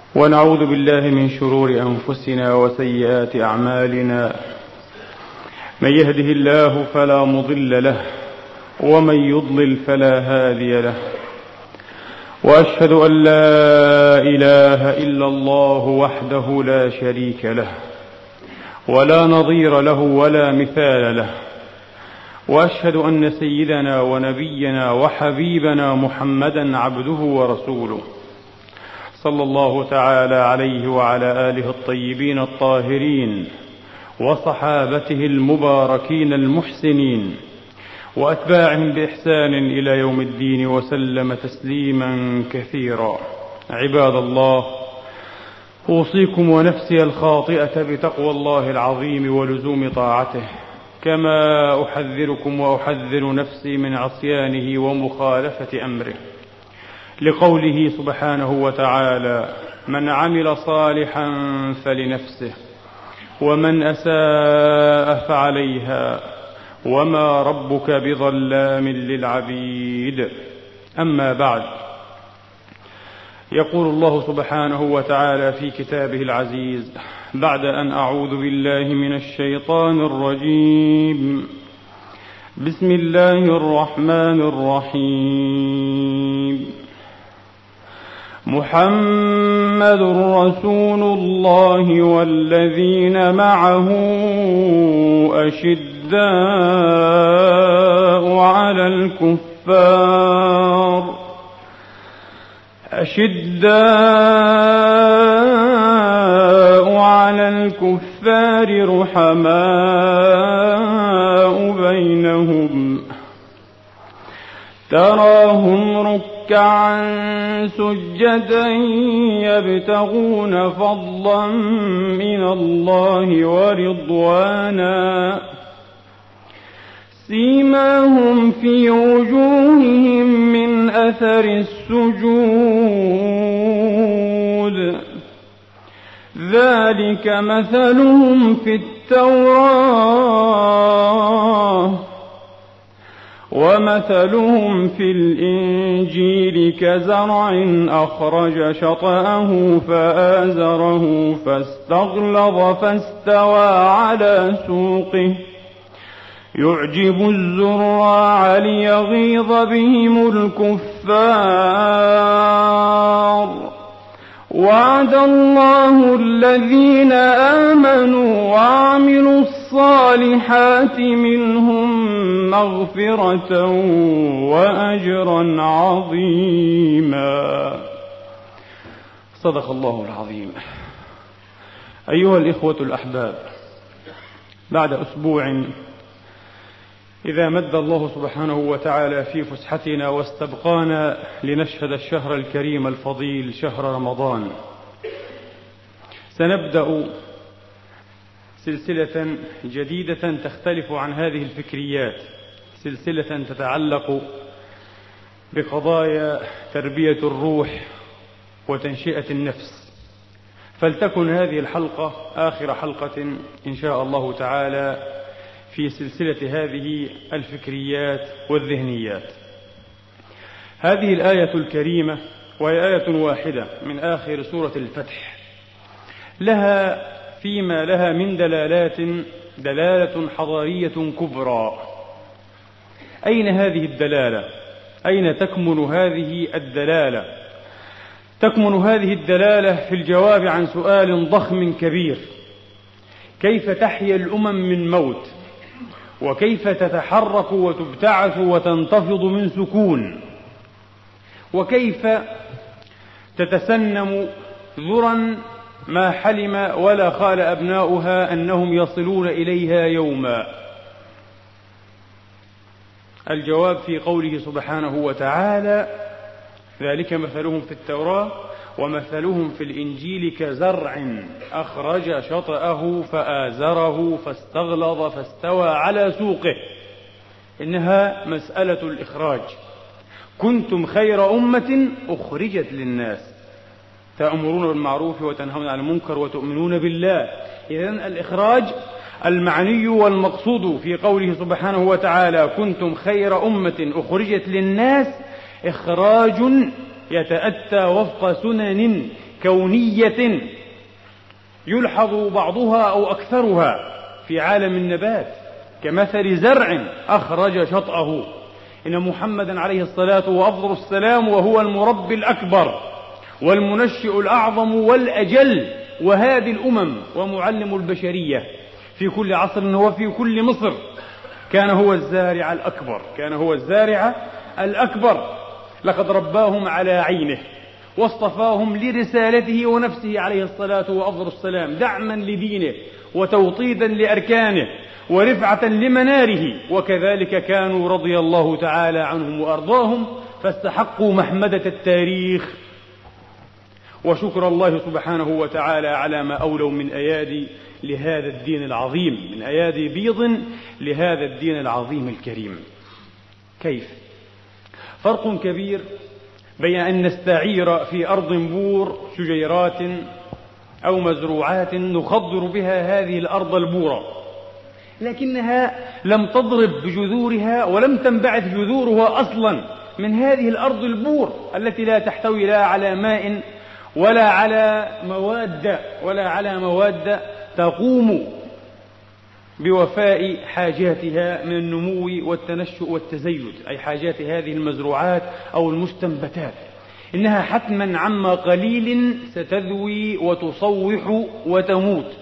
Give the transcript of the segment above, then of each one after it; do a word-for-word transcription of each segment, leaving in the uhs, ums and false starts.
ونعوذ بالله من شرور أنفسنا وسيئات أعمالنا. من يهده الله فلا مضل له ومن يضلل فلا هادي له، وأشهد أن لا إله إلا الله وحده لا شريك له ولا نظير له ولا مثال له، وأشهد أن سيدنا ونبينا وحبيبنا محمدا عبده ورسوله صلى الله تعالى عليه وعلى آله الطيبين الطاهرين وصحابته المباركين المحسنين وأتباعهم بإحسان إلى يوم الدين وسلم تسليما كثيرا. عباد الله، أوصيكم ونفسي الخاطئة بتقوى الله العظيم ولزوم طاعته، كما أحذركم وأحذر نفسي من عصيانه ومخالفة أمره، لقوله سبحانه وتعالى: من عمل صالحا فلنفسه ومن أساء فعليها وما ربك بظلام للعبيد. أما بعد، يقول الله سبحانه وتعالى في كتابه العزيز بعد أن أعوذ بالله من الشيطان الرجيم: بسم الله الرحمن الرحيم. محمد رسول الله والذين معه أشداء على الكفار أشداء على الكفار رحماء بينهم، تراهم ركعا سجدا يبتغون فضلا من الله ورضوانا، سيماهم في وجوههم من أثر السجود، ذلك مثلهم في التوراة ومثلهم في الإنجيل كزرع أخرج شطأه فآزره فاستغلظ فاستوى على سوقه يعجب الزراع ليغيظ بهم الكفار. وعد الله الذين آمنوا وعملوا الصالحات منهم مغفرة وأجرا عظيما. صدق الله العظيم. أيها الإخوة الأحباب، بعد أسبوع إذا مد الله سبحانه وتعالى في فسحتنا واستبقانا لنشهد الشهر الكريم الفضيل شهر رمضان، سنبدأ سلسلة جديدة تختلف عن هذه الفكريات، سلسلة تتعلق بقضايا تربية الروح وتنشئة النفس. فلتكن هذه الحلقة آخر حلقة إن شاء الله تعالى في سلسلة هذه الفكريات والذهنيات. هذه الآية الكريمة، وهي آية واحدة من آخر سورة الفتح، لها فيما لها من دلالات دلالة حضارية كبرى. أين هذه الدلالة؟ أين تكمن هذه الدلالة؟ تكمن هذه الدلالة في الجواب عن سؤال ضخم كبير: كيف تحيا الأمم من موت؟ وكيف تتحرك وتبتعث وتنتفض من سكون؟ وكيف تتسنم ذرا ما حلم ولا خال أبناؤها أنهم يصلون إليها يوما؟ الجواب في قوله سبحانه وتعالى: ذلك مثلهم في التوراة ومثلهم في الإنجيل كزرع أخرج شطأه فآزره فاستغلظ فاستوى على سوقه. إنها مسألة الإخراج. كنتم خير أمة أخرجت للناس تأمرون بالمعروف وتنهون عن المنكر وتؤمنون بالله. إذن الإخراج المعني والمقصود في قوله سبحانه وتعالى: كنتم خير أمة أخرجت للناس، إخراج يتأتى وفق سنن كونية يلحظ بعضها أو أكثرها في عالم النبات، كمثل زرع أخرج شطأه. إن محمدا عليه الصلاة وأفضل السلام وهو المربي الأكبر والمنشئ الأعظم والأجل وهادي الأمم ومعلم البشرية في كل عصر وفي كل مصر، كان هو الزارع الأكبر، كان هو الزارع الأكبر. لقد رباهم على عينه واصطفاهم لرسالته ونفسه عليه الصلاة وأفضل السلام، دعما لدينه وتوطيدا لأركانه ورفعة لمناره. وكذلك كانوا رضي الله تعالى عنهم وأرضاهم، فاستحقوا محمدة التاريخ وشكر الله سبحانه وتعالى على ما أولوا من أيادي لهذا الدين العظيم، من أيادي بيض لهذا الدين العظيم الكريم. كيف؟ فرق كبير بين أن نستعير في أرض بور شجيرات أو مزروعات نخضر بها هذه الأرض البورة، لكنها لم تضرب بجذورها ولم تنبعث جذورها أصلا من هذه الأرض البور التي لا تحتوي لا على ماء ولا على مواد ولا على مواد تقوم بوفاء حاجاتها من النمو والتنشؤ والتزيد، أي حاجات هذه المزروعات أو المستنبتات. إنها حتما عما قليل ستذوي وتصوح وتموت،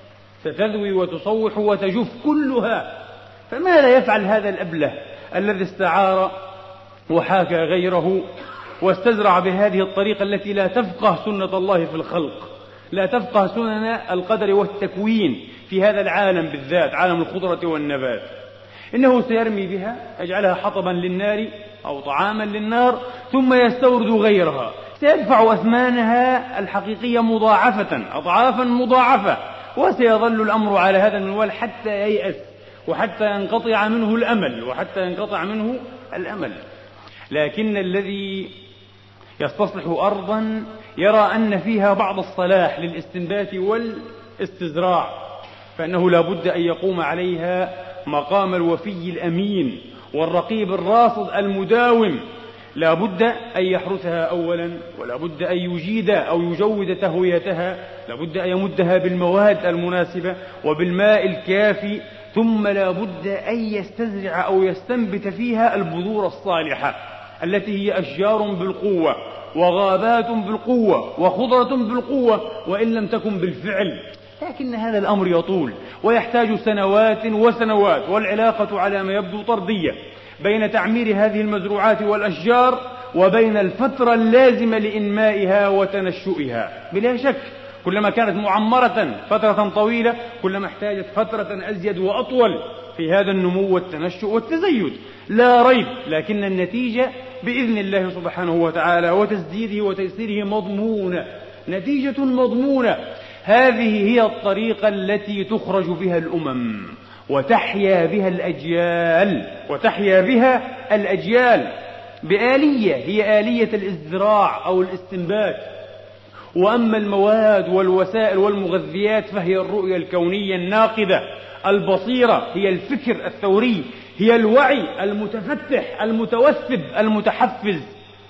ستذوي وتصوح وتجف كلها. فماذا يفعل هذا الأبله الذي استعار وحاكى غيره واستزرع بهذه الطريقة التي لا تفقه سنة الله في الخلق، لا تفقه سنن القدر والتكوين في هذا العالم بالذات، عالم الخضرة والنبات؟ إنه سيرمي بها، يجعلها حطبا للنار أو طعاما للنار، ثم يستورد غيرها، سيدفع أثمانها الحقيقية مضاعفة أضعافا مضاعفة، وسيظل الأمر على هذا المنوال حتى ييأس وحتى ينقطع منه الأمل وحتى ينقطع منه الأمل. لكن الذي يستصلح أرضا يرى أن فيها بعض الصلاح للاستنبات والاستزراع، فإنه لا بد أن يقوم عليها مقام الوفي الأمين والرقيب الراصد المداوم. لا بد أن يحرثها أولا، ولا بد أن يجيد أو يجود تهويتها، لا بد أن يمدها بالمواد المناسبة وبالماء الكافي، ثم لا بد أن يستزرع أو يستنبت فيها البذور الصالحة التي هي أشجار بالقوة وغابات بالقوة وخضرة بالقوة وإن لم تكن بالفعل. لكن هذا الأمر يطول ويحتاج سنوات وسنوات، والعلاقة على ما يبدو طردية بين تعمير هذه المزروعات والأشجار وبين الفترة اللازمة لإنمائها وتنشؤها. بلا شك كلما كانت معمرة فترة طويلة كلما احتاجت فترة أزيد وأطول في هذا النمو والتنشؤ والتزيد، لا ريب. لكن النتيجة بإذن الله سبحانه وتعالى وتسديده وتيسيره مضمونة، نتيجة مضمونة. هذه هي الطريقة التي تخرج بها الأمم وتحيا بها الأجيال وتحيا بها الأجيال بآلية هي آلية الازدراع أو الاستنبات. وأما المواد والوسائل والمغذيات فهي الرؤية الكونية الناقدة البصيرة، هي الفكر الثوري، هي الوعي المتفتح المتوثب المتحفز،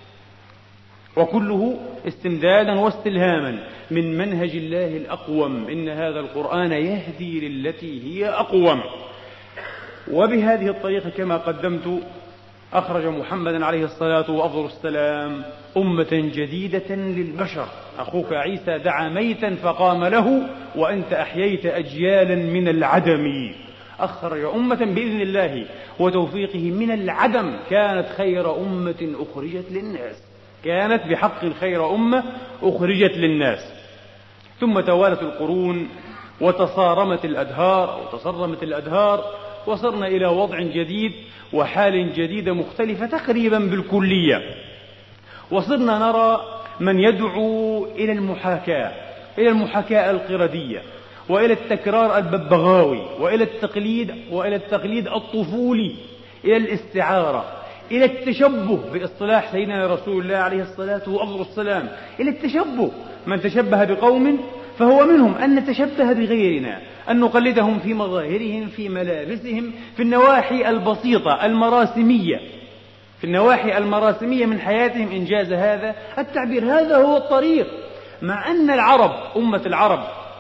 وكله استمدادا واستلهاما من منهج الله الأقوم. إن هذا القرآن يهدي للتي هي أقوم. وبهذه الطريقة كما قدمت أخرج محمد عليه الصلاة وأفضل السلام أمة جديدة للبشر. أخوك عيسى دعا ميتا فقام له، وأنت أحييت أجيالا من العدم. أخرج أمة بإذن الله وتوفيقه من العدم، كانت خير أمة أخرجت للناس، كانت بحق خير أمة أخرجت للناس. ثم توالت القرون وتصارمت الأدهار أو تصرمت الأدهار، وصرنا إلى وضع جديد وحال جديدة مختلفة تقريبا بالكلية. وصرنا نرى من يدعو إلى المحاكاة، إلى المحاكاة القردية، وإلى التكرار الببغاوي، وإلى التقليد وإلى التقليد الطفولي، إلى الاستعارة، إلى التشبه باصطلاح سيدنا رسول الله عليه الصلاة والسلام، إلى التشبه. من تشبه بقوم فهو منهم، أن نتشبه بغيرنا، أن نقلدهم في مظاهرهم، في ملابسهم، في النواحي البسيطة المراسمية، في النواحي المراسمية من حياتهم، إنجاز هذا التعبير. هذا هو الطريق، مع أن العرب أمة العرب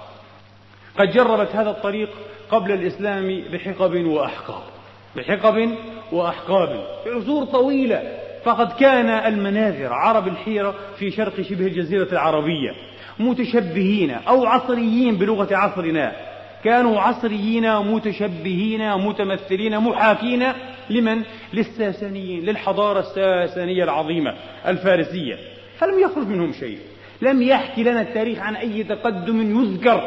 قد جربت هذا الطريق قبل الإسلام بحقب وأحقاب بحقب وأحقاب في عصور طويلة. فقد كان المناذر عرب الحيرة في شرق شبه الجزيرة العربية متشبهين أو عصريين بلغة عصرنا، كانوا عصريين متشبهين متمثلين محاكين لمن؟ للساسانيين، للحضارة الساسانية العظيمة الفارسية. فلم يخرج منهم شيء، لم يحكي لنا التاريخ عن أي تقدم يذكر،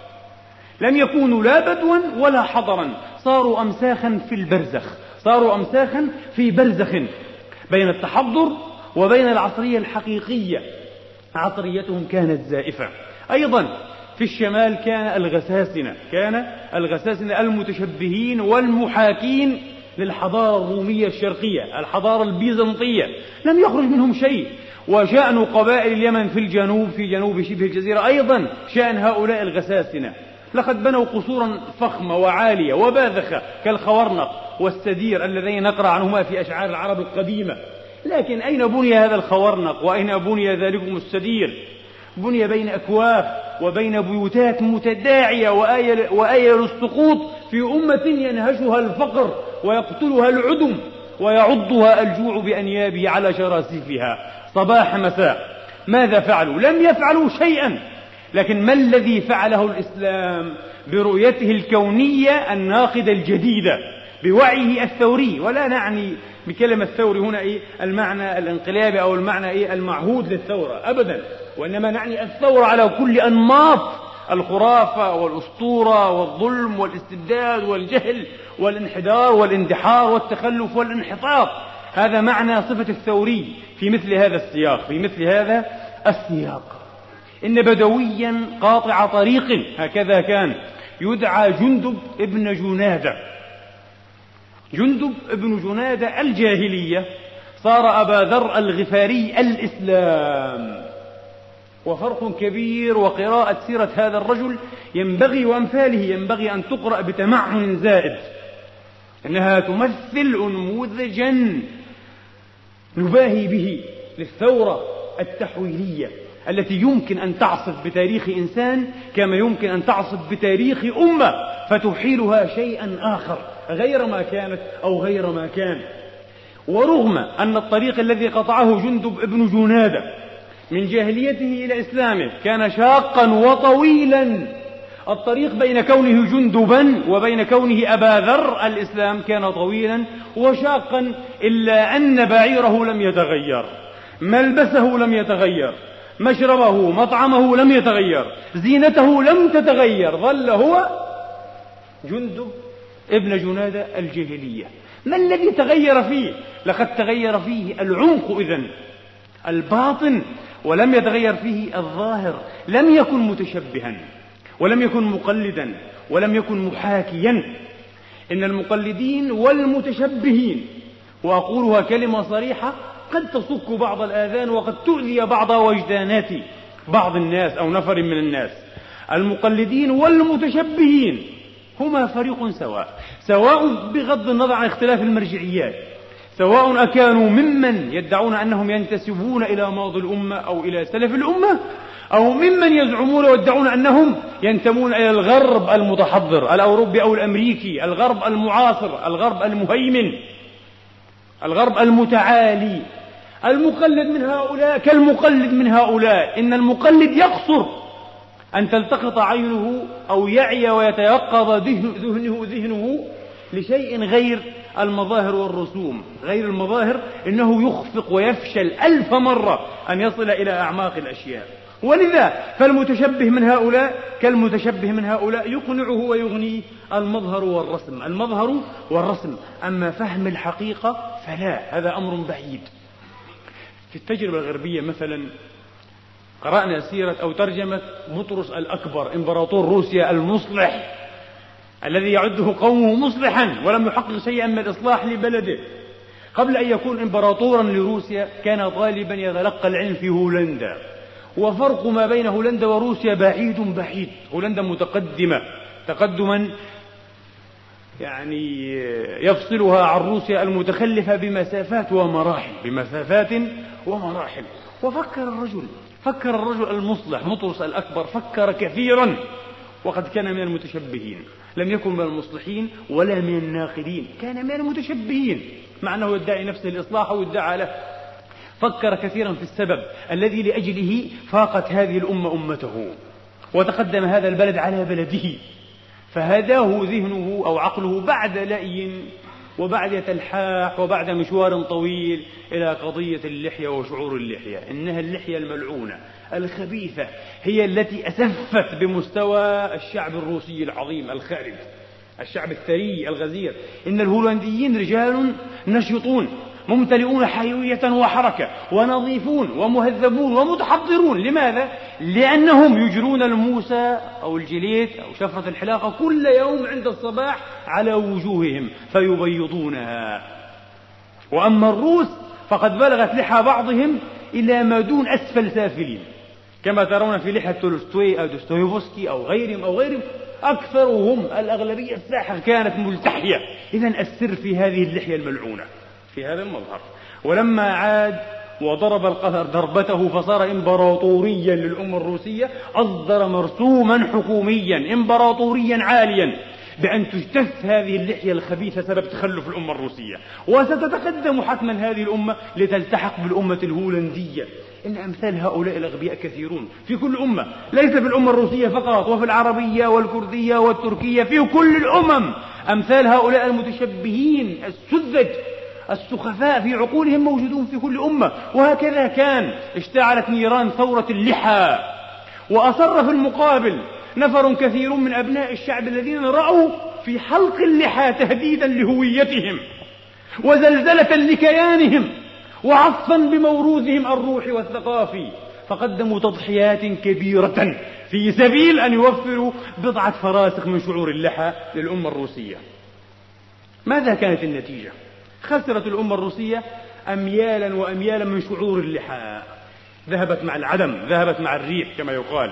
لم يكونوا لا بدوا ولا حضرا، صاروا أمساخا في البرزخ، صاروا أمساخا في برزخ بين التحضر وبين العصرية الحقيقية. عصريتهم كانت زائفة. أيضا في الشمال كان الغساسنة، كان الغساسنة المتشبهين والمحاكين للحضارة الرومية الشرقية، الحضارة البيزنطية، لم يخرج منهم شيء. وشأن قبائل اليمن في الجنوب، في جنوب شبه الجزيرة، أيضا شأن هؤلاء الغساسنة. لقد بنوا قصورا فخمة وعالية وباذخة كالخورنق والسدير اللذين نقرأ عنهما في أشعار العرب القديمة. لكن أين بني هذا الخورنق وأين بني ذلكم السدير؟ بني بين أكواخ وبين بيوتات متداعية وآيل السقوط في أمة ينهشها الفقر ويقتلها العدم ويعضها الجوع بأنيابه على شراسيفها صباح مساء. ماذا فعلوا؟ لم يفعلوا شيئا. لكن ما الذي فعله الإسلام برؤيته الكونية الناقدة الجديدة، بوعيه الثوري؟ ولا نعني بكلمة ثوري هنا إيه المعنى الانقلابي أو المعنى إيه المعهود للثورة أبدا، وإنما نعني الثورة على كل أنماط الخرافة والأسطورة والظلم والاستبداد والجهل والانحدار والاندحار والتخلف والانحطاط. هذا معنى صفة الثوري في مثل هذا السياق، في مثل هذا السياق. إن بدويا قاطع طريق، هكذا كان، يدعى جندب ابن جنادة. جندب ابن جنادة الجاهلية صار أبا ذر الغفاري الإسلام. وفرق كبير، وقراءة سيرة هذا الرجل ينبغي وأمثاله ينبغي أن تقرأ بتمعن زائد، إنها تمثل نموذجا نباهي به للثورة التحويلية التي يمكن أن تعصف بتاريخ إنسان كما يمكن أن تعصف بتاريخ أمة فتحيلها شيئا آخر غير ما كانت أو غير ما كان. ورغم أن الطريق الذي قطعه جندب ابن جنادة من جاهليته إلى إسلامه كان شاقا وطويلا، الطريق بين كونه جندبا وبين كونه أبا ذر الإسلام كان طويلا وشاقا، إلا أن بعيره لم يتغير، ملبسه لم يتغير، مشربه مطعمه لم يتغير، زينته لم تتغير، ظل هو جندب ابن جنادة الجاهلية. ما الذي تغير فيه؟ لقد تغير فيه العمق إذن، الباطن، ولم يتغير فيه الظاهر. لم يكن متشبها ولم يكن مقلدا ولم يكن محاكيا. إن المقلدين والمتشبهين، وأقولها كلمة صريحة قد تصك بعض الآذان وقد تؤذي بعض وجدانات بعض الناس أو نفر من الناس، المقلدين والمتشبهين هما فريق سواء، سواء بغض النظر عن اختلاف المرجعيات، سواء أكانوا ممن يدعون أنهم ينتسبون إلى ماضي الأمة أو إلى سلف الأمة، أو ممن يزعمون ويدعون أنهم ينتمون إلى الغرب المتحضر الأوروبي أو الأمريكي، الغرب المعاصر، الغرب المهيمن، الغرب المتعالي. المقلد من هؤلاء كالمقلد من هؤلاء. إن المقلد يقصر أن تلتقط عينه أو يعي ويتيقظ ذهنه ذهنه لشيء غير المظاهر والرسوم، غير المظاهر، إنه يخفق ويفشل ألف مرة أن يصل إلى أعماق الأشياء. ولذا فالمتشبه من هؤلاء كالمتشبه من هؤلاء يقنعه ويغنيه المظهر والرسم، المظهر والرسم. أما فهم الحقيقة فلا، هذا أمر بعيد. في التجربة الغربية مثلا قرأنا سيرة أو ترجمة بطرس الأكبر إمبراطور روسيا المصلح الذي يعده قومه مصلحا ولم يحقق شيئا من الإصلاح لبلده. قبل أن يكون إمبراطورا لروسيا كان طالبا يتلقى العلم في هولندا، وفرق ما بين هولندا وروسيا بعيد بعيد. هولندا متقدمة تقدما يعني يفصلها عن روسيا المتخلفة بمسافات ومراحل، بمسافات ومراحل. وفكر الرجل فكر الرجل المصلح بطرس الأكبر، فكر كثيرا، وقد كان من المتشبهين، لم يكن من المصلحين ولا من الناقدين، كان من المتشبهين، مع أنه يدعي نفسه الإصلاح ويدعى له. فكر كثيرا في السبب الذي لأجله فاقت هذه الأمة أمته، وتقدم هذا البلد على بلده، فهداه ذهنه أو عقله بعد لأي وبعد تلحاح وبعد مشوار طويل إلى قضية اللحية وشعور اللحية. إنها اللحية الملعونة الخبيثة هي التي أسفت بمستوى الشعب الروسي العظيم الخالد، الشعب الثري الغزير. إن الهولنديين رجال نشطون ممتلئون حيوية وحركة ونظيفون ومهذبون ومتحضرون. لماذا؟ لأنهم يجرون الموسى أو الجليت أو شفرة الحلاقة كل يوم عند الصباح على وجوههم فيبيضونها. وأما الروس فقد بلغت لحى بعضهم إلى ما دون أسفل سافلين، كما ترون في لحية تولستوي أو دوستويفسكي أو غيرهم أو غيرهم، أكثرهم الأغلبية الساحة كانت ملتحية. إذن السر في هذه اللحية الملعونة، في هذا المظهر. ولما عاد وضرب القهر ضربته فصار إمبراطوريا للأمة الروسية، أصدر مرسوما حكوميا إمبراطوريا عاليا بأن تجتث هذه اللحية الخبيثة سبب تخلف الأمة الروسية، وستتقدم حتما هذه الأمة لتلتحق بالأمة الهولندية. إن أمثال هؤلاء الأغبياء كثيرون في كل أمة، ليس في الأمة الروسية فقط، وفي العربية والكردية والتركية، في كل الأمم أمثال هؤلاء المتشبهين السذج السخفاء في عقولهم موجودون في كل أمة. وهكذا كان اشتعلت نيران ثورة اللحى، وأصر في المقابل نفر كثير من أبناء الشعب الذين رأوا في حلق اللحى تهديدا لهويتهم وزلزلة لكيانهم وعصفا بموروثهم الروحي والثقافي، فقدموا تضحيات كبيرة في سبيل أن يوفروا بضعة فراسخ من شعور اللحى للأمة الروسية. ماذا كانت النتيجة؟ خسرت الأمة الروسية أميالا وأميالا من شعور اللحى، ذهبت مع العدم، ذهبت مع الريح كما يقال.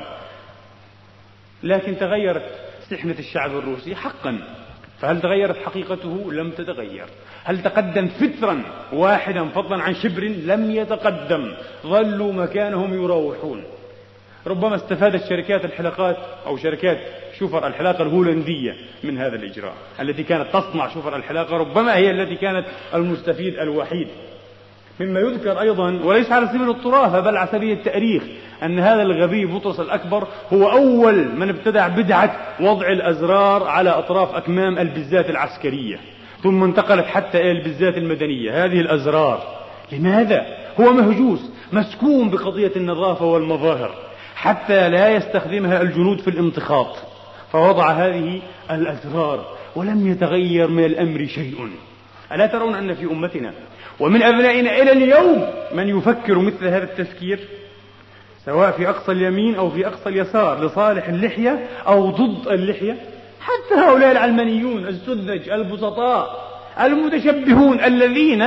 لكن تغيرت سحنة الشعب الروسي حقا، فهل تغيرت حقيقته؟ لم تتغير. هل تقدم فترا واحدا فضلا عن شبر؟ لم يتقدم، ظلوا مكانهم يراوحون. ربما استفادت شركات الحلاقات أو شركات شفر الحلاقة الهولندية من هذا الإجراء، التي كانت تصنع شفر الحلاقة، ربما هي التي كانت المستفيد الوحيد. مما يذكر أيضا وليس على سبيل الطرافة بل على سبيل التأريخ أن هذا الغبي بطرس الأكبر هو أول من ابتدع بدعة وضع الأزرار على أطراف أكمام البزات العسكرية، ثم انتقلت حتى إلى البزات المدنية. هذه الأزرار لماذا؟ هو مهجوس مسكون بقضية النظافة والمظاهر حتى لا يستخدمها الجنود في الامتخاط، فوضع هذه الأزرار ولم يتغير من الأمر شيء. ألا ترون أن في أمتنا ومن أبنائنا إلى اليوم من يفكر مثل هذا التفكير، سواء في أقصى اليمين أو في أقصى اليسار، لصالح اللحية أو ضد اللحية؟ حتى هؤلاء العلمانيون السذج البسطاء المتشبهون الذين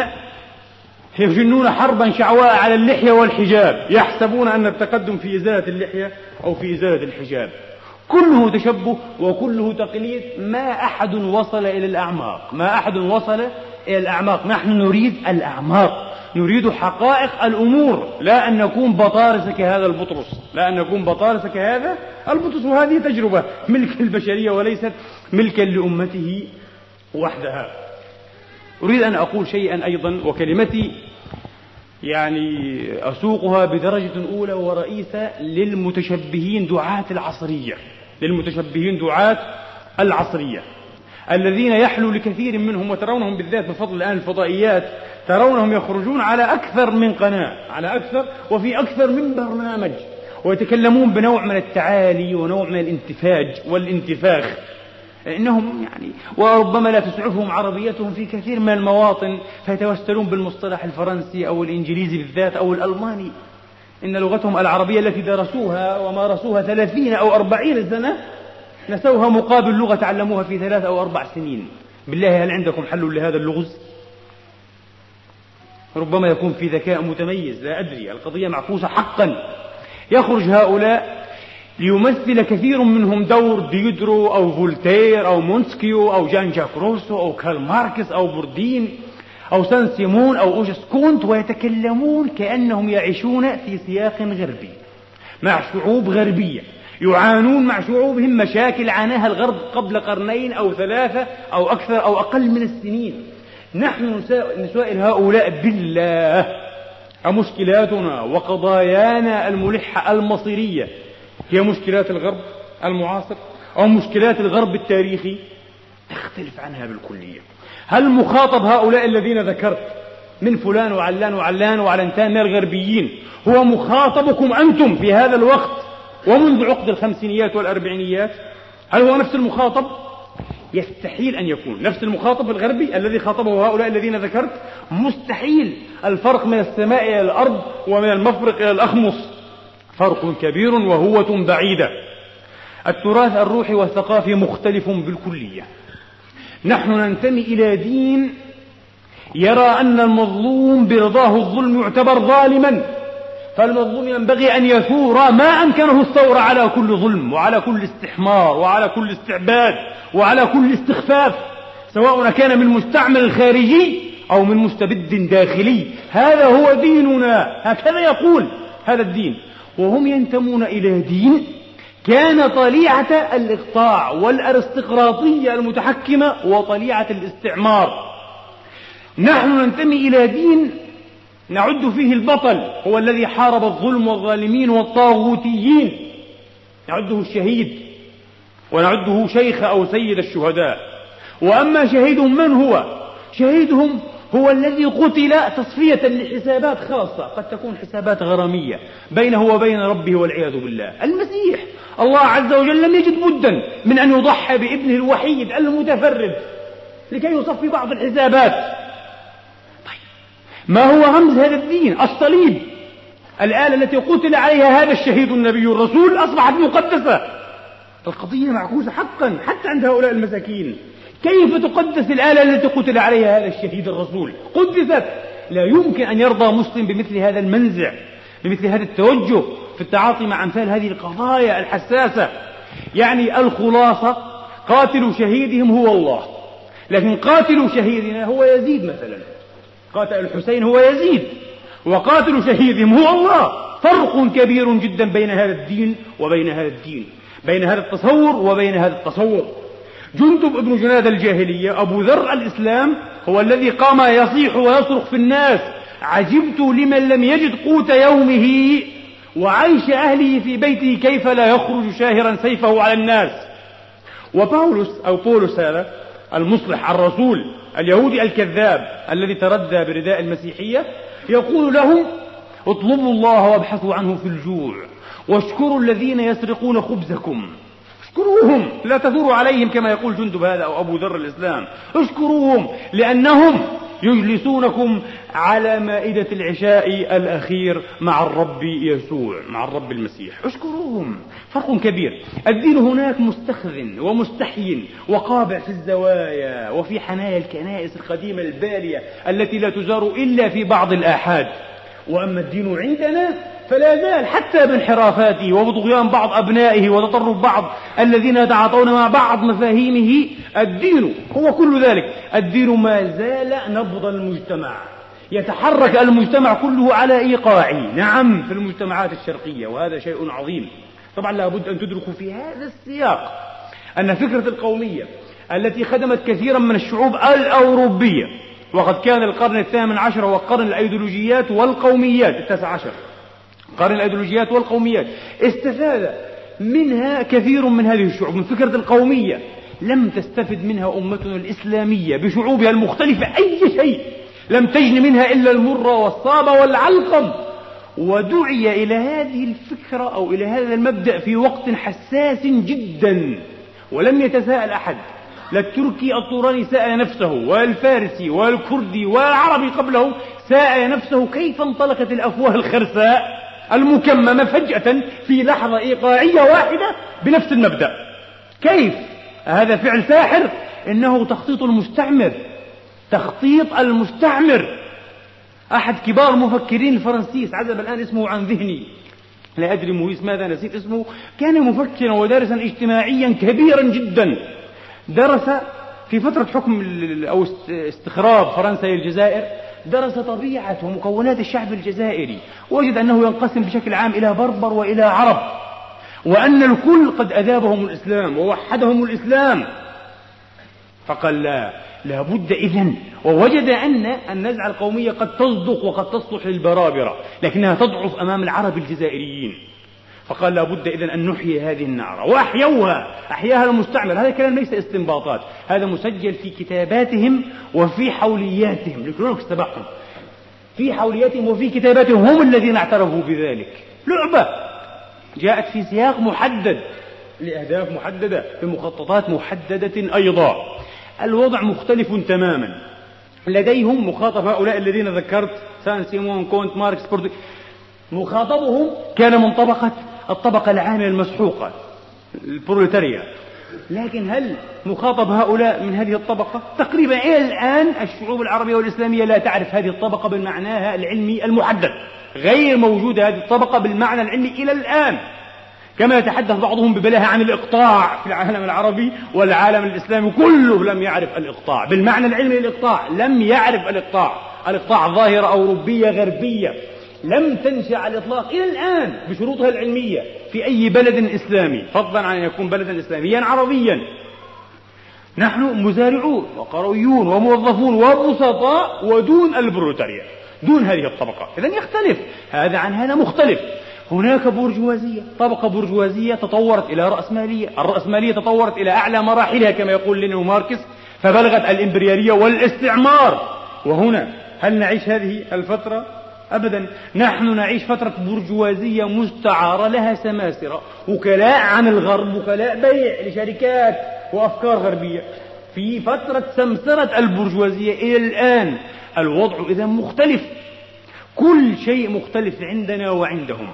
يجنون حربا شعواء على اللحية والحجاب، يحسبون أن التقدم في إزالة اللحية أو في إزالة الحجاب. كله تشبه وكله تقليد، ما أحد وصل إلى الأعماق، ما أحد وصل إلى الأعماق. نحن نريد الأعماق، نريد حقائق الأمور، لا أن نكون بطارس كهذا البطرس، لا أن نكون بطارس كهذا البطرس. وهذه تجربة ملك البشرية وليست ملكا لأمته وحدها. أريد أن أقول شيئا أيضا، وكلمتي يعني أسوقها بدرجة أولى ورئيسة للمتشبهين دعاة العصرية، للمتشبهين دعاة العصرية الذين يحلو لكثير منهم، وترونهم بالذات بفضل الآن الفضائيات، ترونهم يخرجون على أكثر من قناة، على أكثر وفي أكثر من برنامج، ويتكلمون بنوع من التعالي ونوع من الانتفاج والانتفاخ، إنهم يعني وربما لا تسعفهم عربيتهم في كثير من المواطن، فيتوسلون بالمصطلح الفرنسي أو الإنجليزي بالذات أو الألماني. إن لغتهم العربية التي درسوها ومارسوها ثلاثين أو أربعين سنة نسوها مقابل لغة تعلموها في ثلاث أو أربع سنين. بالله هل عندكم حل لهذا اللغز؟ ربما يكون في ذكاء متميز، لا أدري، القضية معكوسة حقا. يخرج هؤلاء ليمثل كثير منهم دور ديدرو أو فولتير أو مونسكيو أو جان جاك روسو أو كارل ماركس أو بوردين أو سان سيمون أو أوجست كونت، ويتكلمون كأنهم يعيشون في سياق غربي، مع شعوب غربية، يعانون مع شعوبهم مشاكل عاناها الغرب قبل قرنين أو ثلاثة أو أكثر أو أقل من السنين. نحن نسائل هؤلاء بالله: أمشكلاتنا وقضايانا الملحة المصيرية هي مشكلات الغرب المعاصر أو مشكلات الغرب التاريخي؟ تختلف عنها بالكلية. هل مخاطب هؤلاء الذين ذكرت من فلان وعلان وعلان وعلنتان من الغربيين هو مخاطبكم أنتم في هذا الوقت ومنذ عقد الخمسينيات والأربعينيات؟ هل هو نفس المخاطب؟ يستحيل أن يكون نفس المخاطب الغربي الذي خاطبه هؤلاء الذين ذكرت. مستحيل. الفرق من السماء إلى الأرض ومن المفرق إلى الأخمص فرق كبير وهوة بعيدة. التراث الروحي والثقافي مختلف بالكلية. نحن ننتمي إلى دين يرى أن المظلوم برضاه الظلم يعتبر ظالما، فالمظلوم ينبغي أن يثور ما أمكنه الثور على كل ظلم وعلى كل استحمار وعلى كل استعباد وعلى كل استخفاف، سواء كان من مستعمر خارجي أو من مستبد داخلي. هذا هو ديننا، هكذا يقول هذا الدين. وهم ينتمون إلى دين كان طليعة الإقطاع والأرستقراطية المتحكمة وطليعة الاستعمار. نحن ننتمي إلى دين نعد فيه البطل هو الذي حارب الظلم والظالمين والطاغوتيين، نعده الشهيد ونعده شيخ أو سيد الشهداء. وأما شهيدهم من هو؟ شهيدهم هو الذي قتل تصفية لحسابات خاصة، قد تكون حسابات غرامية بينه وبين ربه والعياذ بالله. المسيح الله عز وجل لم يجد بدا من أن يضحي بابنه الوحيد المتفرد لكي يصفي بعض الحسابات. طيب، ما هو رمز هذا الدين؟ الصليب. الآلة التي قتل عليها هذا الشهيد النبي الرسول أصبحت مقدسة. القضية معكوسة حقا حتى عند هؤلاء المساكين. كيف تقدس الآلة التي قتل عليها هذا الشهيد الرسول؟ قدست. لا يمكن أن يرضى مسلم بمثل هذا المنزع، بمثل هذا التوجه في التعاطي مع أمثال هذه القضايا الحساسة. يعني الخلاصة: قاتل شهيدهم هو الله، لكن قاتل شهيدنا هو يزيد مثلا. قاتل الحسين هو يزيد، وقاتل شهيدهم هو الله. فرق كبير جدا بين هذا الدين وبين هذا الدين، بين هذا التصور وبين هذا التصور. جندب ابن جناد الجاهلية أبو ذر الإسلام هو الذي قام يصيح ويصرخ في الناس: عجبت لمن لم يجد قوت يومه وعيش أهله في بيته كيف لا يخرج شاهرا سيفه على الناس. وباولس أو بولس هذا المصلح الرسول اليهودي الكذاب الذي تردى برداء المسيحية يقول لهم: اطلبوا الله وابحثوا عنه في الجوع واشكروا الذين يسرقون خبزكم. اشكروهم، لا تثوروا عليهم كما يقول جندب هذا أو أبو ذر الإسلام. اشكروهم لأنهم يجلسونكم على مائدة العشاء الأخير مع الرب يسوع، مع الرب المسيح. اشكروهم. فرق كبير. الدين هناك مستخذ ومستحين وقابع في الزوايا وفي حنايا الكنائس القديمة البالية التي لا تزار إلا في بعض الآحاد. وأما الدين عندنا فلا زال حتى بانحرافاته وبطغيان بعض أبنائه وتطرف بعض الذين يتعاطون مع بعض مفاهيمه. الدين هو كل ذلك. الدين ما زال نبض المجتمع، يتحرك المجتمع كله على إيقاعه. نعم، في المجتمعات الشرقية، وهذا شيء عظيم. طبعا لابد أن تدركوا في هذا السياق أن فكرة القومية التي خدمت كثيرا من الشعوب الأوروبية، وقد كان القرن الثامن عشر هو قرن الأيديولوجيات والقوميات، التاسع عشر قرن الأيديولوجيات والقوميات، استفاد منها كثير من هذه الشعوب. من فكرة القومية لم تستفد منها أمتنا الإسلامية بشعوبها المختلفة أي شيء، لم تجن منها إلا المر والصاب والعلقم. ودعي إلى هذه الفكرة أو إلى هذا المبدأ في وقت حساس جدا، ولم يتساءل أحد. لا التركي الطوراني سأل نفسه، والفارسي والكردي والعربي قبله سأل نفسه: كيف انطلقت الأفواه الخرساء المكممة فجأة في لحظة إيقاعية واحدة بنفس المبدأ؟ كيف؟ هذا فعل ساحر. إنه تخطيط المستعمر، تخطيط المستعمر. أحد كبار مفكرين الفرنسيس عزب الآن اسمه عن ذهني، لا أدري مويس ماذا، نسيت اسمه. كان مفكرا ودارسا اجتماعيا كبيرا جدا، درس في فترة حكم أو استخراب فرنسا للجزائر، درس طبيعة ومكونات الشعب الجزائري، وجد أنه ينقسم بشكل عام إلى بربر وإلى عرب، وأن الكل قد أذابهم الإسلام ووحدهم الإسلام. فقال لا، لا بد إذن، ووجد أن النزعة القومية قد تصدق وقد تصلح للبرابرة، لكنها تضعف أمام العرب الجزائريين. فقال لا بد إذن أن نحيي هذه النعرة، وأحيوها، أحياها المستعمر. هذا الكلام ليس استنباطات، هذا مسجل في كتاباتهم وفي حولياتهم، الكرونكس تبعهم في حولياتهم وفي كتاباتهم، هم الذين اعترفوا بذلك. لعبة جاءت في سياق محدد لأهداف محددة بمخططات محددة أيضا. الوضع مختلف تماما. لديهم مخاطب هؤلاء الذين ذكرت، سان سيمون، كونت، ماركس، بوردو، مخاطبهم كان من طبقة الطبقة العاملة المسحوقة، البروليتاريا. لكن هل مخاطب هؤلاء من هذه الطبقة؟ تقريبا إلى الآن الشعوب العربية والإسلامية لا تعرف هذه الطبقة بالمعنى العلمي المحدد، غير موجودة هذه الطبقة بالمعنى العلمي إلى الآن، كما يتحدث بعضهم ببلاهة عن الإقطاع في العالم العربي والعالم الإسلامي كله لم يعرف الإقطاع بالمعنى العلمي. الإقطاع لم يعرف الإقطاع، الإقطاع ظاهرة أوروبية غربية لم تنشأ على الإطلاق إلى الآن بشروطها العلمية في أي بلد إسلامي، فضلا عن أن يكون بلدا إسلاميا عربيا. نحن مزارعون وقرويون وموظفون وبسطاء ودون البروليتاريا، دون هذه الطبقة. إذن يختلف هذا عن هذا، مختلف. هناك برجوازية، طبقة برجوازية تطورت إلى رأسمالية، الرأسمالية تطورت إلى أعلى مراحلها كما يقول لينين وماركس، فبلغت الإمبريالية والاستعمار. وهنا هل نعيش هذه الفترة؟ أبدا، نحن نعيش فترة برجوازية مستعارة لها سماسرة، وكلاء عن الغرب، وكلاء بيع لشركات وأفكار غربية في فترة سمسرة البرجوازية إلى الآن. الوضع إذن مختلف، كل شيء مختلف عندنا وعندهم،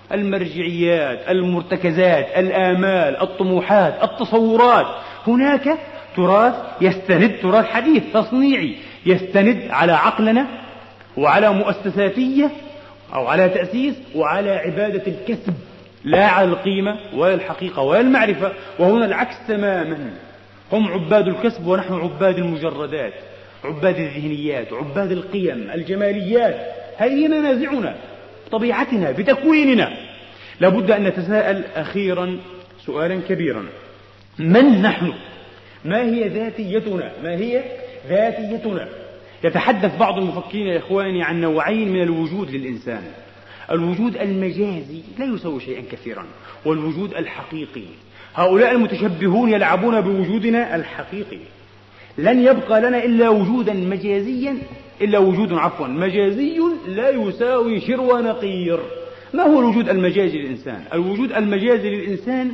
المرجعيات، المرتكزات، الآمال، الطموحات، التصورات. هناك تراث يستند، تراث حديث تصنيعي يستند على عقلنا وعلى مؤسساتية أو على تأسيس وعلى عبادة الكسب، لا على القيمة ولا الحقيقة ولا المعرفة. وهنا العكس تماما، هم عباد الكسب ونحن عباد المجردات، عباد الذهنيات، عباد القيم، الجماليات. هذه منازعنا بطبيعتنا بتكويننا. لابد أن نتساءل أخيرا سؤالا كبيرا: من نحن؟ ما هي ذاتيتنا؟ ما هي ذاتيتنا؟ يتحدث بعض المفكرين يا إخواني عن نوعين من الوجود للإنسان: الوجود المجازي لا يسوي شيئا كثيرا، والوجود الحقيقي. هؤلاء المتشبهون يلعبون بوجودنا الحقيقي. لن يبقى لنا إلا وجودا مجازيا، إلا وجود عفوا مجازي لا يساوي شروى نقير. ما هو الوجود المجازي للإنسان؟ الوجود المجازي للإنسان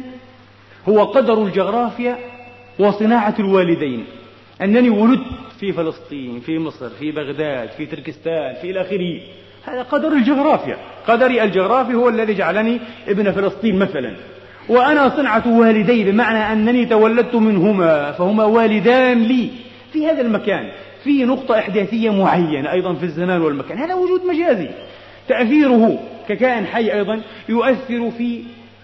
هو قدر الجغرافيا وصناعة الوالدين. أنني ولدت في فلسطين، في مصر، في بغداد، في تركستان، في إلى آخره. هذا قدر الجغرافيا. قدري الجغرافي هو الذي جعلني ابن فلسطين مثلا. وأنا صنعة والدي، بمعنى أنني تولدت منهما، فهما والدان لي في هذا المكان، في نقطة إحداثية معينة أيضا في الزمان والمكان. هذا وجود مجازي. تأثيره ككائن حي أيضا يؤثر في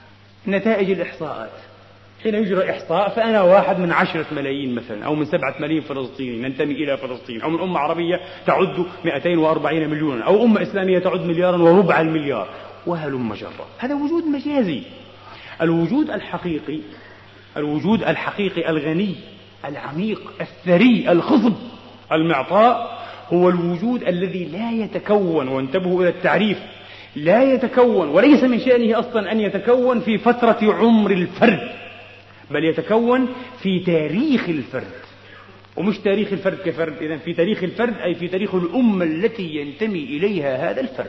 نتائج الإحصاءات. حين يجرى إحصاء فأنا واحد من عشرة ملايين مثلا، أو من سبعة ملايين فلسطيني ننتمي إلى فلسطين، أو من أمة عربية تعد مئتين وأربعين مليونا، أو أمة إسلامية تعد مليارا وربع المليار، وهلم جرا. هذا وجود مجازي. الوجود الحقيقي، الوجود الحقيقي الغني العميق الثري الخصب المعطاء، هو الوجود الذي لا يتكون، وانتبهوا إلى التعريف، لا يتكون، وليس من شأنه أصلا أن يتكون في فترة عمر الفرد، بل يتكون في تاريخ الفرد. ومش تاريخ الفرد كفرد، إذن في تاريخ الفرد أي في تاريخ الأمة التي ينتمي إليها هذا الفرد.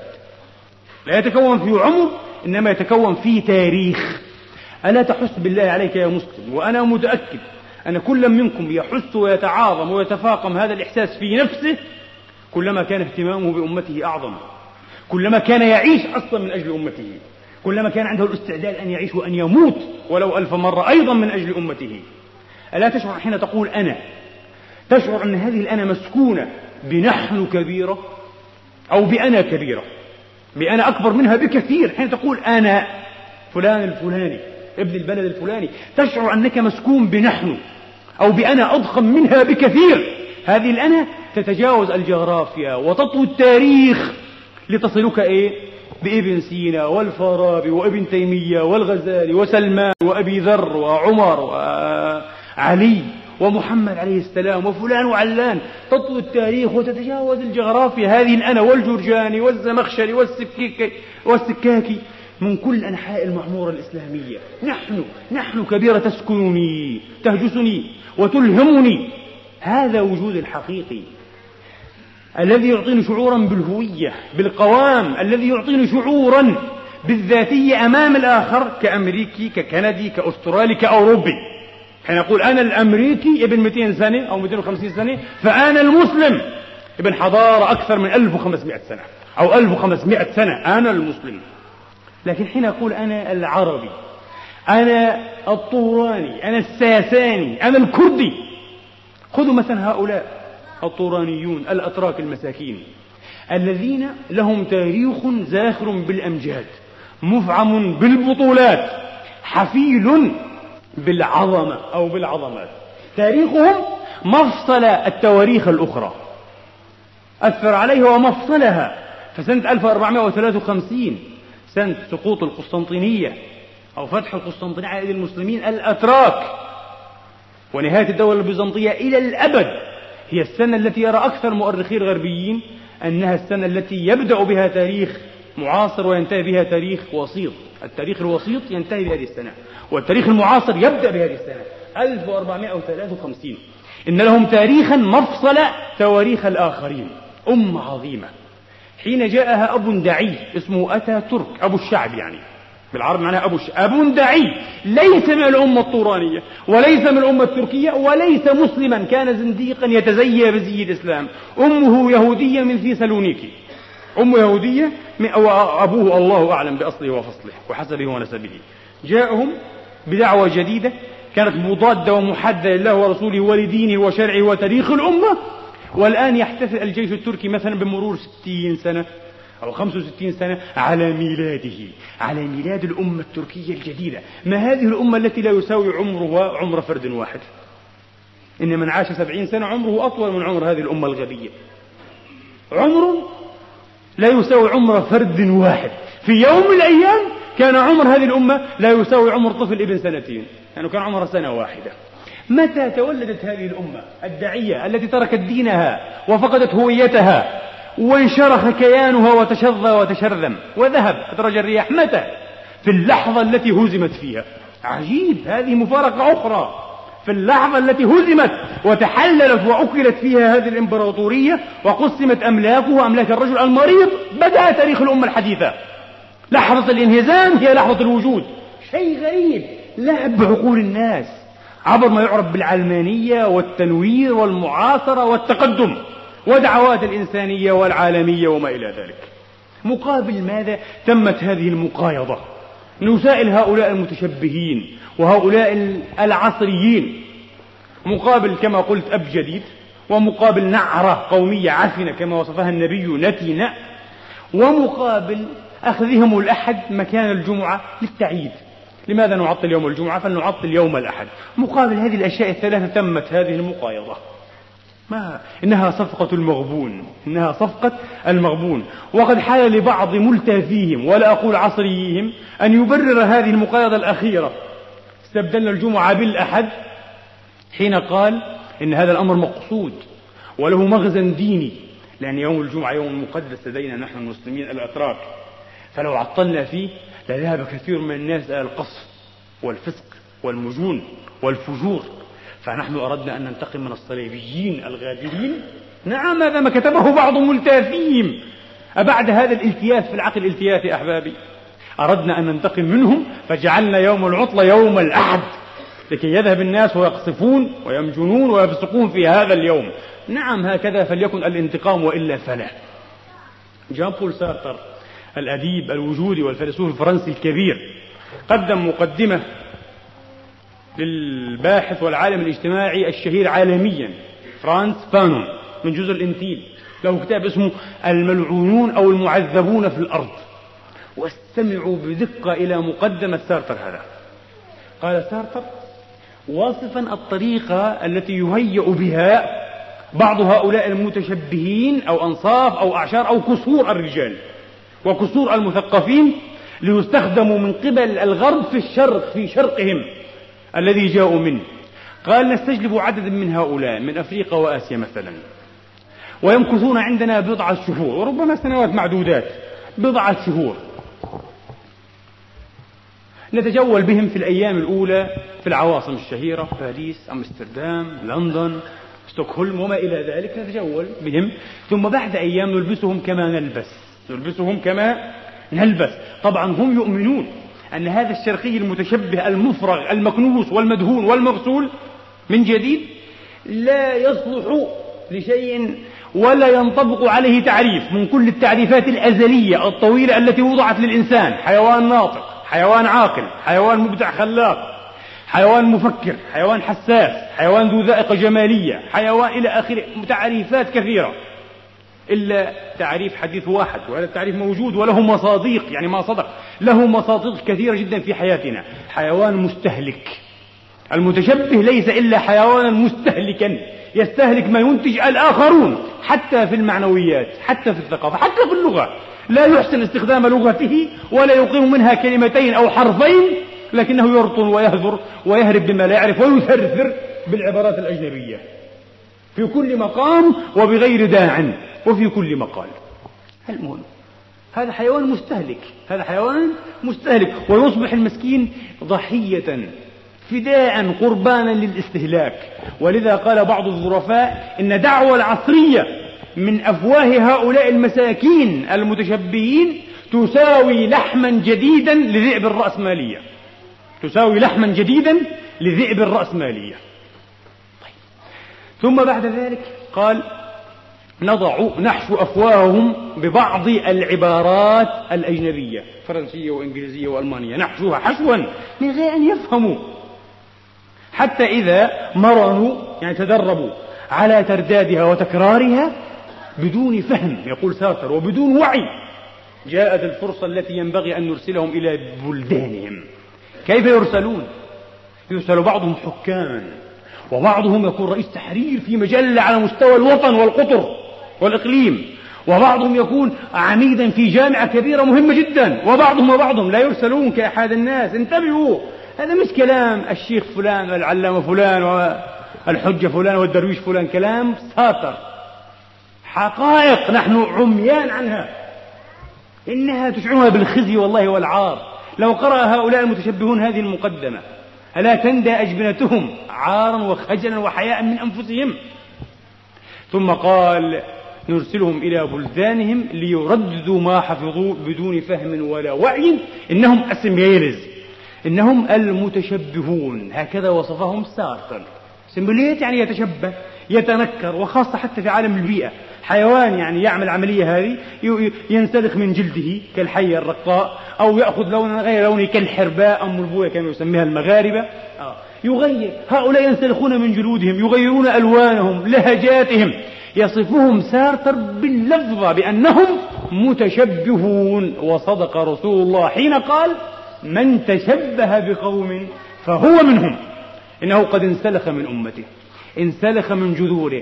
لا يتكون في عمر، إنما يتكون في تاريخ. ألا تحس بالله عليك يا مسلم، وأنا متأكد أن كل منكم يحس ويتعاظم ويتفاقم هذا الإحساس في نفسه كلما كان اهتمامه بأمته أعظم، كلما كان يعيش أصلا من أجل أمته، كلما كان عنده الاستعداد أن يعيش وأن يموت ولو ألف مرة أيضا من أجل أمته. ألا تشعر حين تقول أنا، تشعر أن هذه الأنا مسكونة بنحن كبيرة أو بأنا كبيرة، بأنا أكبر منها بكثير. حين تقول أنا فلان الفلاني ابن البلد الفلاني، تشعر أنك مسكون بنحن أو بأنا أضخم منها بكثير. هذه الأنا تتجاوز الجغرافيا وتطوي التاريخ لتصلك إيه؟ بابن سينا والفارابي وابن تيمية والغزالي وسلمان وأبي ذر وعمر وعلي ومحمد عليه السلام وفلان وعلان. تطوي التاريخ وتتجاوز الجغرافيا. هذه الأنا والجرجاني والزمخشري والسكيكي والسكاكي من كل أنحاء المعمورة الإسلامية. نحن نحن كبيرة تسكنني تهجسني وتلهمني. هذا وجود الحقيقي الذي يعطيني شعورا بالهوية بالقوام، الذي يعطيني شعورا بالذاتية أمام الآخر، كأمريكي ككندي كأسترالي كأوروبي. حين أقول أنا الأمريكي ابن مئتين سنة أو مئتين وخمسين سنة، فأنا المسلم ابن حضارة أكثر من ألف وخمسمائة سنة أو ألف وخمسمائة سنة، أنا المسلم. لكن حين أقول أنا العربي، أنا الطوراني، أنا الساساني، أنا الكردي. خذوا مثلا هؤلاء الطورانيون الأتراك المساكين الذين لهم تاريخ زاخر بالأمجاد، مفعم بالبطولات، حفيل بالعظمة أو بالعظمات. تاريخهم مفصل التواريخ الأخرى، أثر عليها ومفصلها. فسنة ألف وأربعمائة وثلاثة وخمسين سنة سقوط القسطنطينية أو فتح القسطنطينية على يد المسلمين الأتراك ونهاية الدولة البيزنطية إلى الأبد، هي السنة التي يرى أكثر مؤرخي الغربيين أنها السنة التي يبدأ بها تاريخ معاصر وينتهي بها تاريخ وسيط. التاريخ الوسيط ينتهي بهذه السنة، والتاريخ المعاصر يبدأ بهذه السنة ألف وأربعمائة وثلاثة وخمسين. إن لهم تاريخا مفصل تواريخ الآخرين. أمة عظيمة. حين جاءها أب دعي اسمه أتى ترك، أبو الشعب يعني بالعرب معناه أبو الشعب، أب دعي ليس من الأمة الطورانية وليس من الأمة التركية وليس مسلما، كان زنديقا يتزيى بزي الإسلام. أمه يهودية من ثيسالونيكي، أمه يهودية وأبوه الله أعلم بأصله وفصله وحسبه ونسبه. جاءهم بدعوة جديدة كانت مضادة ومحدة لله ورسوله ولدينه وشرعه وتاريخ الأمة. والآن يحتفل الجيش التركي مثلا بمرور ستين سنة أو خمسة وستين سنة على ميلاده، على ميلاد الأمة التركية الجديدة. ما هذه الأمة التي لا يساوي عمرها عمر فرد واحد؟ إن من عاش سبعين سنة عمره أطول من عمر هذه الأمة الغبية. عمر لا يساوي عمر فرد واحد. في يوم من الأيام كان عمر هذه الأمة لا يساوي عمر طفل ابن سنتين، يعني كان عمره سنة واحدة. متى تولدت هذه الأمة الداعية التي تركت دينها وفقدت هويتها وانشرخ كيانها وتشظى وتشرذم وذهب أدرج الرياح؟ متى؟ في اللحظة التي هزمت فيها. عجيب، هذه مفارقة أخرى. في اللحظة التي هزمت وتحللت وأكلت فيها هذه الإمبراطورية وقسمت أملاكه وأملاك الرجل المريض، بدأ تاريخ الأمة الحديثة. لحظة الانهزام هي لحظة الوجود. شيء غريب، لعب بعقول الناس عبر ما يعرف بالعلمانية والتنوير والمعاصرة والتقدم ودعوات الإنسانية والعالمية وما إلى ذلك. مقابل ماذا تمت هذه المقايضة؟ نسائل هؤلاء المتشبهين وهؤلاء العصريين، مقابل كما قلت أب جديد، ومقابل نعرة قومية عفنة كما وصفها النبي نتنة، ومقابل أخذهم الأحد مكان الجمعة للتعيد. لماذا نعطل يوم الجمعة فلنعطل يوم الأحد؟ مقابل هذه الأشياء الثلاثة تمت هذه المقايضة. ما إنها صفقة المغبون، إنها صفقة المغبون. وقد حال لبعض ملتافيهم ولا أقول عصريهم أن يبرر هذه المقايضة الأخيرة، استبدلنا الجمعة بالأحد، حين قال إن هذا الأمر مقصود وله مغزى ديني، لأن يوم الجمعة يوم مقدس لدينا نحن المسلمين الأتراك، فلو عطلنا فيه لذهب كثير من الناس إلى القصف والفسق والمجون والفجور. فنحن أردنا أن ننتقم من الصليبيين الغادرين. نعم، هذا ما كتبه بعض ملتافيهم. أبعد هذا الالتياف في العقل الالتياف يا أحبابي؟ أردنا أن ننتقم منهم فجعلنا يوم العطلة يوم الأحد لكي يذهب الناس ويقصفون ويمجنون ويفسقون في هذا اليوم. نعم، هكذا فليكن الانتقام وإلا فلا. جان بول سارتر الأديب الوجودي والفيلسوف الفرنسي الكبير قدم مقدمة للباحث والعالم الاجتماعي الشهير عالميا فرانس فانون من جزر الإنتيل، له كتاب اسمه الملعونون أو المعذبون في الأرض. واستمعوا بدقة إلى مقدمة سارتر هذا. قال سارتر واصفا الطريقة التي يهيأ بها بعض هؤلاء المتشبهين أو أنصاف أو أعشار أو كسور الرجال وكسور المثقفين ليستخدموا من قبل الغرب في الشرق في شرقهم الذي جاءوا منه. قال نستجلب عددا من هؤلاء من أفريقيا وآسيا مثلا، ويمكثون عندنا بضعة شهور وربما سنوات معدودات، بضعة شهور، نتجول بهم في الأيام الأولى في العواصم الشهيرة، باريس، أمستردام، لندن، ستوكهولم وما إلى ذلك، نتجول بهم، ثم بعد أيام نلبسهم كما نلبس نلبسهم كما نلبس. طبعا هم يؤمنون أن هذا الشرقي المتشبه المفرغ المكنوس والمدهون والمغسول من جديد لا يصلح لشيء ولا ينطبق عليه تعريف من كل التعريفات الأزلية الطويلة التي وضعت للإنسان: حيوان ناطق، حيوان عاقل، حيوان مبدع خلاق، حيوان مفكر، حيوان حساس، حيوان ذو ذائقة جمالية، حيوان إلى آخره، تعريفات كثيرة، إلا تعريف حديث واحد، وهذا التعريف موجود وله مصادق، يعني ما صدق، له مصادق كثيرة جدا في حياتنا: حيوان مستهلك. المتشبه ليس إلا حيوانا مستهلكا يستهلك ما ينتج الآخرون، حتى في المعنويات، حتى في الثقافة، حتى في اللغة، لا يحسن استخدام لغته ولا يقيم منها كلمتين أو حرفين، لكنه يرطل ويهذر ويهرب بما لا يعرف ويثرثر بالعبارات الأجنبية في كل مقام وبغير داع وفي كل مقال. المهم هذا حيوان مستهلك، هذا حيوان مستهلك، ويصبح المسكين ضحية فداء قربانا للاستهلاك. ولذا قال بعض الظرفاء إن دعوى العصرية من أفواه هؤلاء المساكين المتشبهين تساوي لحما جديدا لذئب الرأسمالية، تساوي لحما جديدا لذئب الرأسمالية. طيب. ثم بعد ذلك قال نضع نحشو أفواههم ببعض العبارات الأجنبية، فرنسية وإنجليزية وألمانية، نحشوها حشوا من غير أن يفهموا، حتى إذا مرنوا يعني تدربوا على تردادها وتكرارها بدون فهم، يقول سارتر، وبدون وعي، جاءت الفرصة التي ينبغي أن نرسلهم إلى بلدانهم. كيف يرسلون؟ يرسل بعضهم حكاما، وبعضهم يكون رئيس تحرير في مجلة على مستوى الوطن والقطر والإقليم، وبعضهم يكون عميدا في جامعة كبيرة مهمة جدا، وبعضهم وبعضهم لا يرسلون كأحد الناس. انتبهوا، هذا مش كلام الشيخ فلان والعلامة فلان والحجة فلان والدرويش فلان، كلام ساطر، حقائق نحن عميان عنها، إنها تشعرها بالخزي والله والعار. لو قرأ هؤلاء المتشبهون هذه المقدمة ألا تندى أجبنتهم عارا وخجلا وحياء من أنفسهم. ثم قال نرسلهم إلى بلدانهم ليرددوا ما حفظوا بدون فهم ولا وعي، إنهم أسميلز، إنهم المتشبهون، هكذا وصفهم سارتر. سمبليت يعني يتشبه، يتنكر، وخاصة حتى في عالم البيئة، حيوان يعني يعمل عملية هذه، ينسلخ من جلده كالحية الرقاء، أو يأخذ لونا غير لونه كالحرباء أم البوية كما يسميها المغاربة، آه. يغير، هؤلاء ينسلخون من جلودهم، يغيرون ألوانهم، لهجاتهم، يصفهم سارتر باللفظة بأنهم متشبهون. وصدق رسول الله حين قال من تشبه بقوم فهو منهم، إنه قد انسلخ من أمته، انسلخ من جذوره،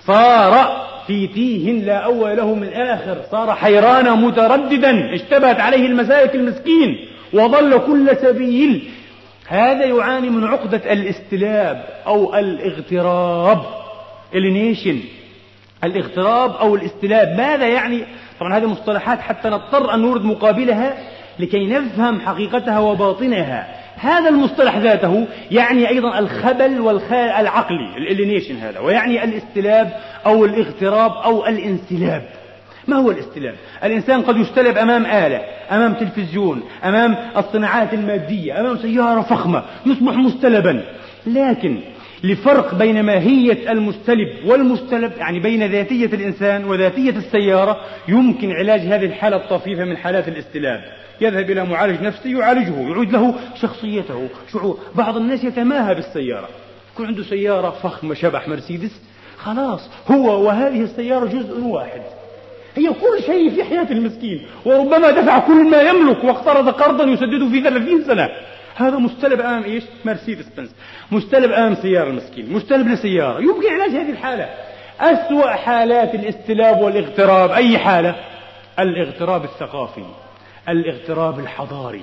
صار في تيه لا أول له من آخر، صار حيرانا مترددا، اشتبهت عليه المسالك المسكين وضل كل سبيل. هذا يعاني من عقدة الاستلاب أو الاغتراب، الينيشن، الاغتراب أو الاستلاب. ماذا يعني؟ طبعا هذه مصطلحات حتى نضطر أن نورد مقابلها لكي نفهم حقيقتها وباطنها. هذا المصطلح ذاته يعني أيضا الخبل والخلل العقلي، الالينيشن هذا، ويعني الاستلاب أو الاغتراب أو الانسلاب. ما هو الاستلاب؟ الإنسان قد يستلب أمام آلة، أمام تلفزيون، أمام الصناعات المادية، أمام سيارة فخمة، يصبح مستلبا. لكن لفرق بين ماهية المستلب والمستلب، يعني بين ذاتية الإنسان وذاتية السيارة، يمكن علاج هذه الحالة الطفيفة من حالات الاستلاب. يذهب إلى معالج نفسي يعالجه، يعيد له شخصيته، شعور. بعض الناس يتماهى بالسيارة، يكون عنده سيارة فخمة شبح مرسيدس، خلاص هو وهذه السيارة جزء واحد، هي كل شيء في حياة المسكين، وربما دفع كل ما يملك واقترض قرضا يسدده في ثلاثين سنة. هذا مستلب أمام إيش؟ مرسيدس بنز، مستلب أمام سيارة المسكين، مستلب لسيارة. يمكن علاج هذه الحالة. أسوأ حالات الاستلاب والاغتراب أي حالة؟ الاغتراب الثقافي، الاغتراب الحضاري.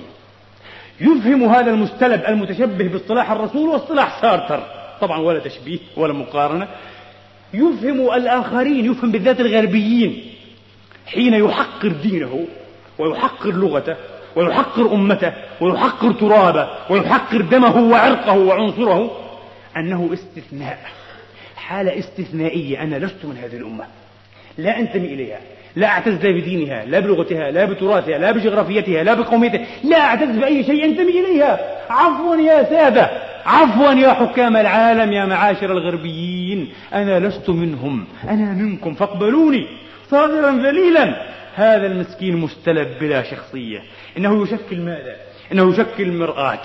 يفهم هذا المستلب المتشبه باصطلاح الرسول واصطلاح سارتر، طبعا ولا تشبيه ولا مقارنة، يفهم الآخرين، يفهم بالذات الغربيين حين يحقر دينه ويحقر لغته ويحقر أمته ويحقر ترابه ويحقر دمه وعرقه وعنصره، أنه استثناء، حالة استثنائية. أنا لست من هذه الأمة، لا أنتمي إليها، لا أعتز بدينها، لا بلغتها، لا بتراثها، لا بجغرافيتها، لا بقوميتها، لا أعتز بأي شيء أنتمي إليها. عفوا يا سادة، عفوا يا حكام العالم، يا معاشر الغربيين، أنا لست منهم، أنا منكم، فاقبلوني صاغرا ذليلا. هذا المسكين مستلب بلا شخصية. إنه يشكل ماذا؟ إنه يشكل مرآة.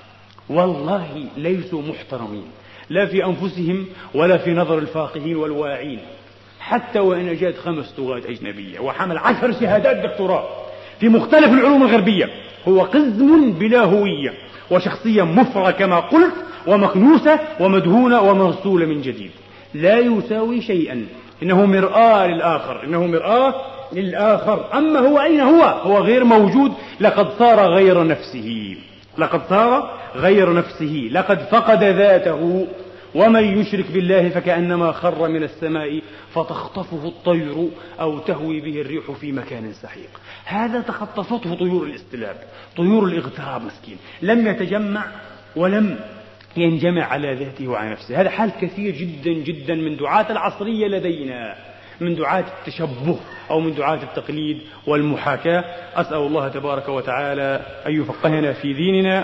والله ليسوا محترمين لا في أنفسهم ولا في نظر الفاقهين والواعين، حتى وإن أجاد خمس لغات أجنبية وحمل عشر شهادات دكتوراه في مختلف العلوم الغربية، هو قزم بلا هوية وشخصية مفرغة كما قلت، ومكنوسة ومدهونة ومغسولة من جديد، لا يساوي شيئا. إنه مرآة للآخر، إنه مرآة للآخر. أما هو أين هو؟ هو غير موجود. لقد صار غير نفسه، لقد صار غير نفسه، لقد فقد ذاته. ومن يشرك بالله فكأنما خر من السماء فتخطفه الطير أو تهوي به الريح في مكان سحيق. هذا تخطفته طيور الاستلاب، طيور الاغتراب. مسكين لم يتجمع ولم ينجمع على ذاته وعلى نفسه. هذا حال كثير جدا جدا من دعاة العصرية لدينا، من دعاة التشبه أو من دعاة التقليد والمحاكاة. أسأل الله تبارك وتعالى أن يفقهنا في ديننا.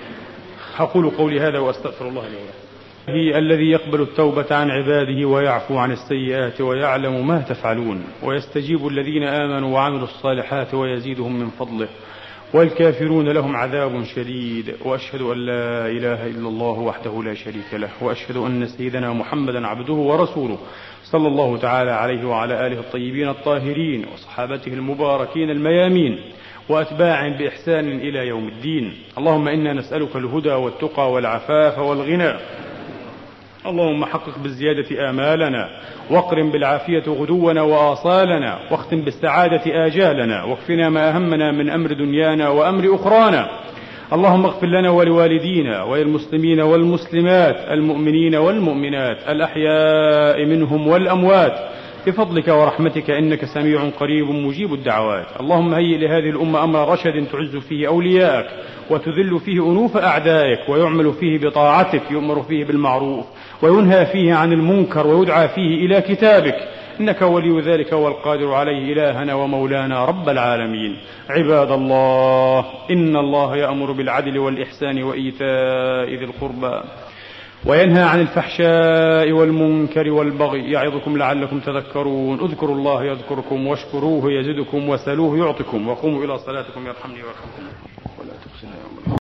أقول قولي هذا وأستغفر الله لي ولكم. هي الذي يقبل التوبة عن عباده ويعفو عن السيئات ويعلم ما تفعلون، ويستجيب الذين آمنوا وعملوا الصالحات ويزيدهم من فضله، والكافرون لهم عذاب شديد. وأشهد أن لا إله إلا الله وحده لا شريك له، وأشهد أن سيدنا محمدا عبده ورسوله، صلى الله تعالى عليه وعلى آله الطيبين الطاهرين وصحابته المباركين الميامين وأتباعهم بإحسان إلى يوم الدين. اللهم إنا نسألك الهدى والتقى والعفاف والغنى. اللهم حقق بالزيادة آمالنا، واقرم بالعافية غدونا وآصالنا، واختم بالسعادة آجالنا، واكفنا ما أهمنا من أمر دنيانا وأمر أخرانا. اللهم اغفر لنا ولوالدينا وللمسلمين والمسلمات، المؤمنين والمؤمنات، الأحياء منهم والأموات، بفضلك ورحمتك، إنك سميع قريب مجيب الدعوات. اللهم هيئ لهذه الأمة أمر رشد تعز فيه أولياءك وتذل فيه أنوف أعدائك، ويعمل فيه بطاعتك، يؤمر فيه بالمعروف وينهى فيه عن المنكر، ويدعى فيه إلى كتابك، إنك ولي ذلك والقادر عليه، إلهنا ومولانا رب العالمين. عباد الله، إن الله يأمر بالعدل والإحسان وإيتاء ذي القربى وينهى عن الفحشاء والمنكر والبغي، يعظكم لعلكم تذكرون. اذكروا الله يذكركم، واشكروه يزدكم، وسلوه يعطكم، وقوموا إلى صلاتكم يرحمني ويرحمكم. ولا تخزنا يوم